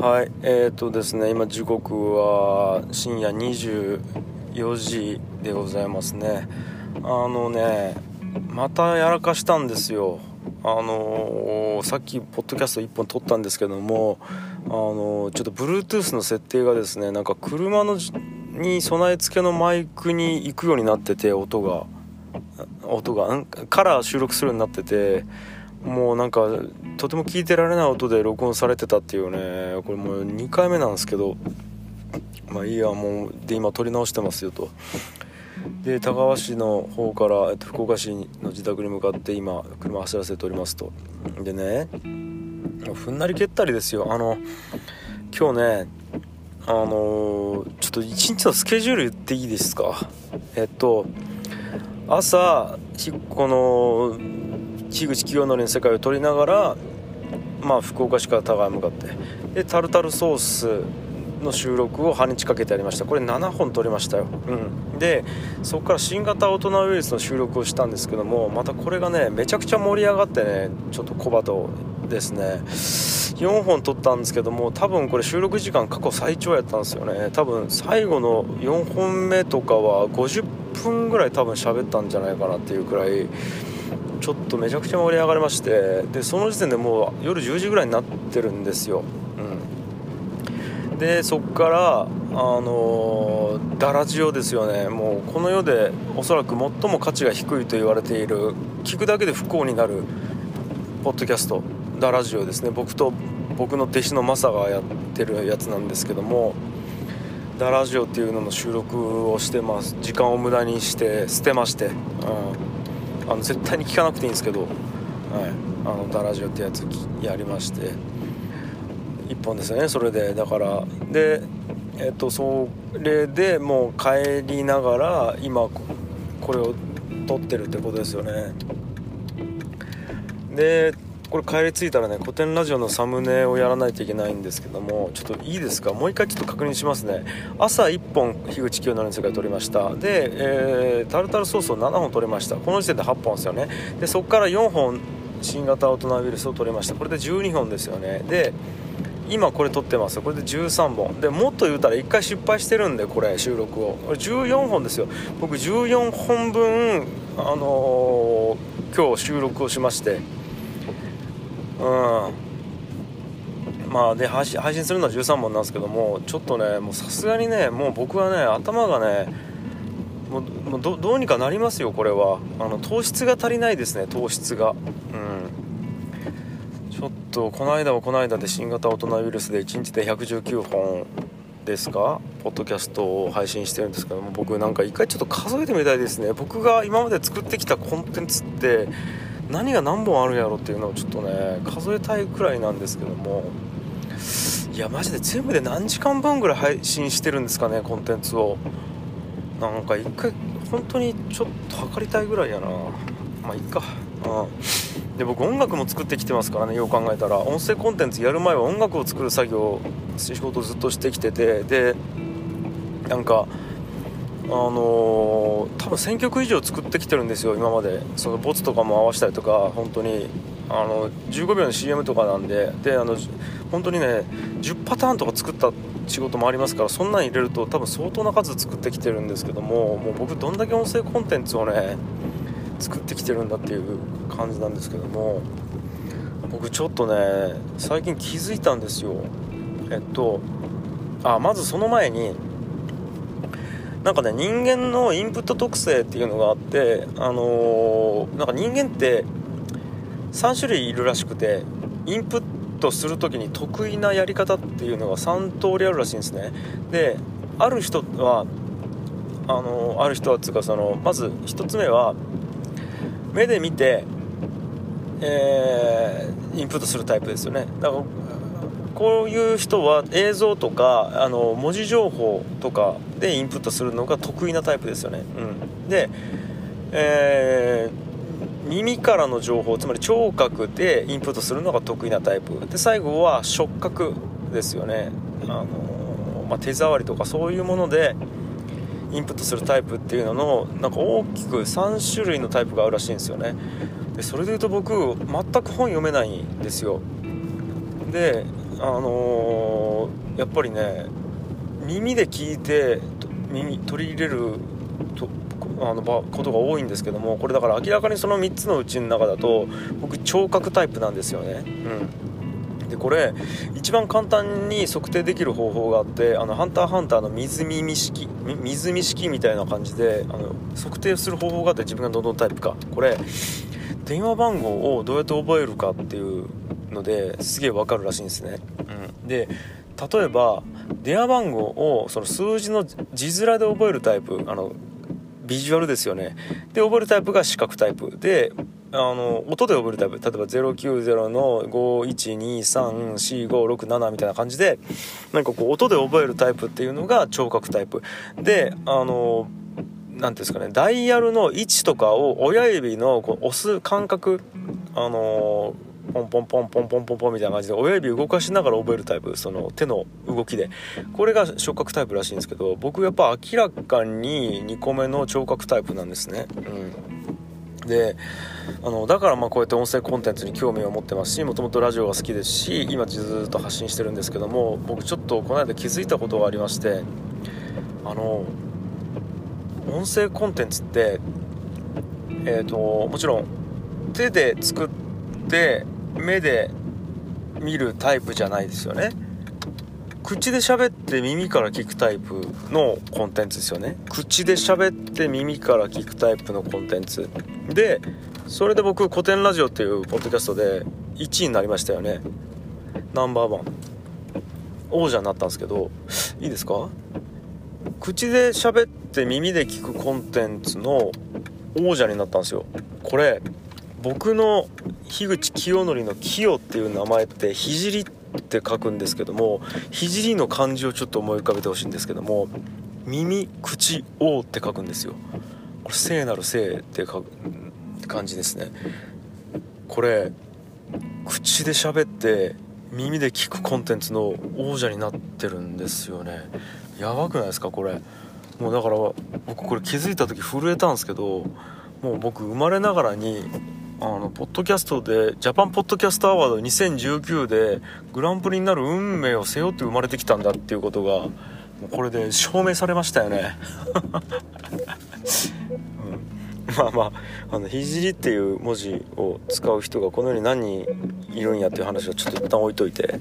はい、ですね、今時刻は深夜24時でございますね。またやらかしたんですよ。さっきポッドキャスト1本撮ったんですけども、ちょっと Bluetooth の設定がですね、なんか車に備え付けのマイクに行くようになってて、音がから収録するようになってて、もうなんかとても聞いてられない音で録音されてたっていうね。これもう2回目なんですけど、まあいいや、もうで今撮り直してますよと。で田川市の方から、福岡市の自宅に向かって今車走らせておりますと。でね、ふんなり蹴ったりですよ。今日ね、ちょっと一日のスケジュール言っていいですか。朝この樋口清則の世界を撮りながら、福岡市から田川へ向かって、でタルタルソースの収録を半日かけてやりました。これ7本撮りましたよ、でそこから新型大人ウイルスの収録をしたんですけども、またこれがねめちゃくちゃ盛り上がってね、ちょっと小鳩ですね。4本撮ったんですけども、多分これ収録時間過去最長やったんですよね。多分最後の4本目とかは50分ぐらい多分喋ったんじゃないかなっていうくらい、ちょっとめちゃくちゃ盛り上がりまして、でその時点でもう夜10時ぐらいになってるんですよ、でそっからダラジオですよね。もうこの世でおそらく最も価値が低いと言われている、聞くだけで不幸になるポッドキャスト、ダラジオですね。僕の弟子のマサがやってるやつなんですけども、ダラジオっていうのの収録をしてます。時間を無駄にして捨てまして、絶対に聞かなくていいんですけど、ダラジオってやつやりまして、1本ですよね。それでだからでそれでもう帰りながら今これを撮ってるってことですよね。でこれ帰り着いたらね、古典ラジオのサムネをやらないといけないんですけども、ちょっといいですか、もう一回ちょっと確認しますね。朝1本樋口清則の世界を撮りました。で、タルタルソースを7本撮りました。この時点で8本ですよね。でそこから4本新型大人ウイルスを撮りました。これで12本ですよね。で今これ撮ってます。これで13本で、もっと言うたら1回失敗してるんで、これ収録をこれ14本ですよ。僕14本分今日収録をしまして、で配信するのは13本なんですけども、ちょっとねもうさすがにね、もう僕はね頭がねもうどうにかなりますよ。これは糖質が足りないですね。糖質がちょっとこの間で新型大人ウイルスで1日で119本ですかポッドキャストを配信してるんですけども、僕なんか一回ちょっと数えてみたいですね。僕が今まで作ってきたコンテンツって何が何本あるんやろっていうのをちょっとね数えたいくらいなんですけども、いやマジで全部で何時間分ぐらい配信してるんですかね、コンテンツを。なんか一回本当にちょっと測りたいぐらいやな。いっか。で僕音楽も作ってきてますからね。よう考えたら音声コンテンツやる前は音楽を作る仕事をずっとしてきてて、でなんか多分1000曲以上作ってきてるんですよ今まで。そのボツとかも合わせたりとか、本当に15秒の CM とかなんで、本当にね10パターンとか作った仕事もありますから、そんなん入れると多分相当な数作ってきてるんですけども、もう僕どんだけ音声コンテンツをね作ってきてるんだっていう感じなんですけども、僕ちょっとね最近気づいたんですよ。まずその前になんかね、人間のインプット特性っていうのがあって、なんか人間って3種類いるらしくて、インプットするときに得意なやり方っていうのが3通りあるらしいんですね。である人はつうか、まず1つ目は目で見て、インプットするタイプですよね。だからこういう人は映像とか文字情報とかでインプットするのが得意なタイプですよね。で、耳からの情報、つまり聴覚でインプットするのが得意なタイプで、最後は触覚ですよね。手触りとかそういうものでインプットするタイプっていうののなんか大きく3種類のタイプがあるらしいんですよね。でそれでいうと僕全く本読めないんですよ。でやっぱりね耳で聞いて取り入れることが多いんですけども、これだから明らかにその3つのうちの中だと僕聴覚タイプなんですよね。でこれ一番簡単に測定できる方法があって、ハンターハンターの水見式みたいな感じで測定する方法があって、自分がどのタイプか、これ電話番号をどうやって覚えるかっていうのですげえわかるらしいんですね。で例えば電話番号をその数字の字面で覚えるタイプ、ビジュアルですよね。で覚えるタイプが視覚タイプで、音で覚えるタイプ、例えば090の51234567みたいな感じでなんかこう音で覚えるタイプっていうのが聴覚タイプで、なんていうんですかね、ダイヤルの位置とかを親指のこう押す感覚、ポンポンポンポンポンポンポンみたいな感じで親指動かしながら覚えるタイプ、その手の動きで、これが触覚タイプらしいんですけど、僕やっぱ明らかに2個目の聴覚タイプなんですね。でだからこうやって音声コンテンツに興味を持ってますし、もともとラジオが好きですし、今ずっと発信してるんですけども、僕ちょっとこの間気づいたことがありまして、音声コンテンツってもちろん手で作って目で見るタイプじゃないですよね。口で喋って耳から聞くタイプのコンテンツですよね。口で喋って耳から聞くタイプのコンテンツで、それで僕古典ラジオっていうポッドキャストで1位になりましたよね。ナンバーワン王者になったんですけど、いいですか、口で喋って耳で聞くコンテンツの王者になったんですよ。これ僕の樋口清則の清っていう名前って聖って書くんですけども、聖の漢字をちょっと思い浮かべてほしいんですけども、耳口王って書くんですよ。これ聖なる聖って書く感じですね。これ口で喋って耳で聞くコンテンツの王者になってるんですよね。やばくないですかこれ。もうだから僕これ気づいた時震えたんですけど、もう僕生まれながらにポッドキャストでジャパンポッドキャストアワード2019でグランプリになる運命を背負って生まれてきたんだっていうことがもうこれで証明されましたよね。聖っていう文字を使う人がこの世に何人いるんやっていう話はちょっと一旦置いといて、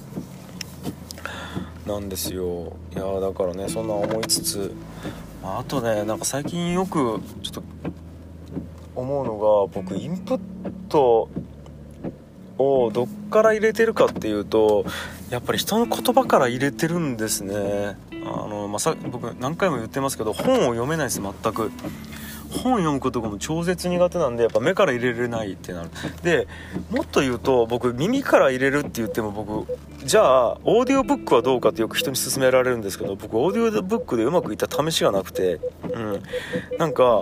なんですよ。いやだからね、そんな思いつつ、あとね、なんか最近よくちょっと思うのが、僕インプットをどっから入れてるかっていうと、やっぱり人の言葉から入れてるんですね。僕何回も言ってますけど、本を読めないです。全く本読むことがもう超絶苦手なんで、やっぱ目から入れれないってなる。でもっと言うと、僕耳から入れるって言っても、僕じゃあオーディオブックはどうかってよく人に勧められるんですけど、僕オーディオブックでうまくいった試しがなくて、なんか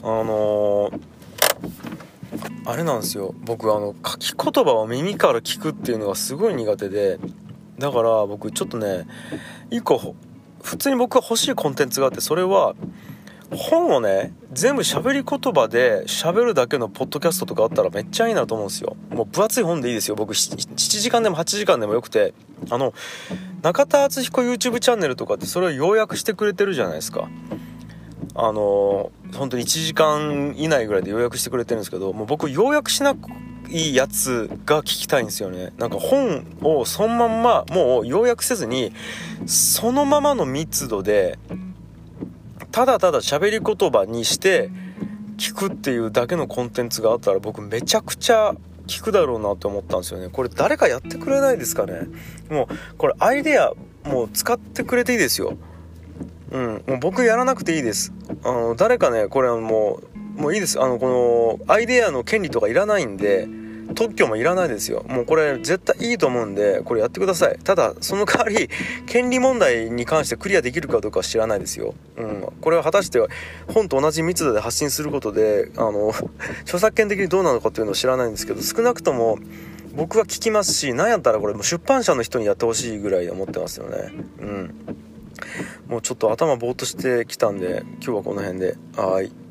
あれなんですよ。僕書き言葉を耳から聞くっていうのがすごい苦手で、だから僕ちょっとね、一個普通に僕が欲しいコンテンツがあって、それは本をね全部喋り言葉で喋るだけのポッドキャストとかあったらめっちゃいいなと思うんですよ。もう分厚い本でいいですよ。僕7時間でも8時間でもよくて、中田敦彦 YouTube チャンネルとかってそれを要約してくれてるじゃないですか。本当に1時間以内ぐらいで要約してくれてるんですけど、もう僕要約しなくいいやつが聞きたいんですよね。なんか本をそのまんまもう要約せずに、そのままの密度でただただ喋り言葉にして聞くっていうだけのコンテンツがあったら、僕めちゃくちゃ聞くだろうなと思ったんですよね。これ誰かやってくれないですかね。もうこれアイデアもう使ってくれていいですよ。もう僕やらなくていいです。誰かね、これもういいです。このアイデアの権利とかいらないんで、特許もいらないですよ。もうこれ絶対いいと思うんで、これやってください。ただその代わり権利問題に関してクリアできるかどうかは知らないですよ。これは果たして本と同じ密度で発信することで著作権的にどうなのかっていうのを知らないんですけど、少なくとも僕は聞きますし、なんやったらこれもう出版社の人にやってほしいぐらいで思ってますよね。もうちょっと頭ぼーっとしてきたんで、今日はこの辺で。はい。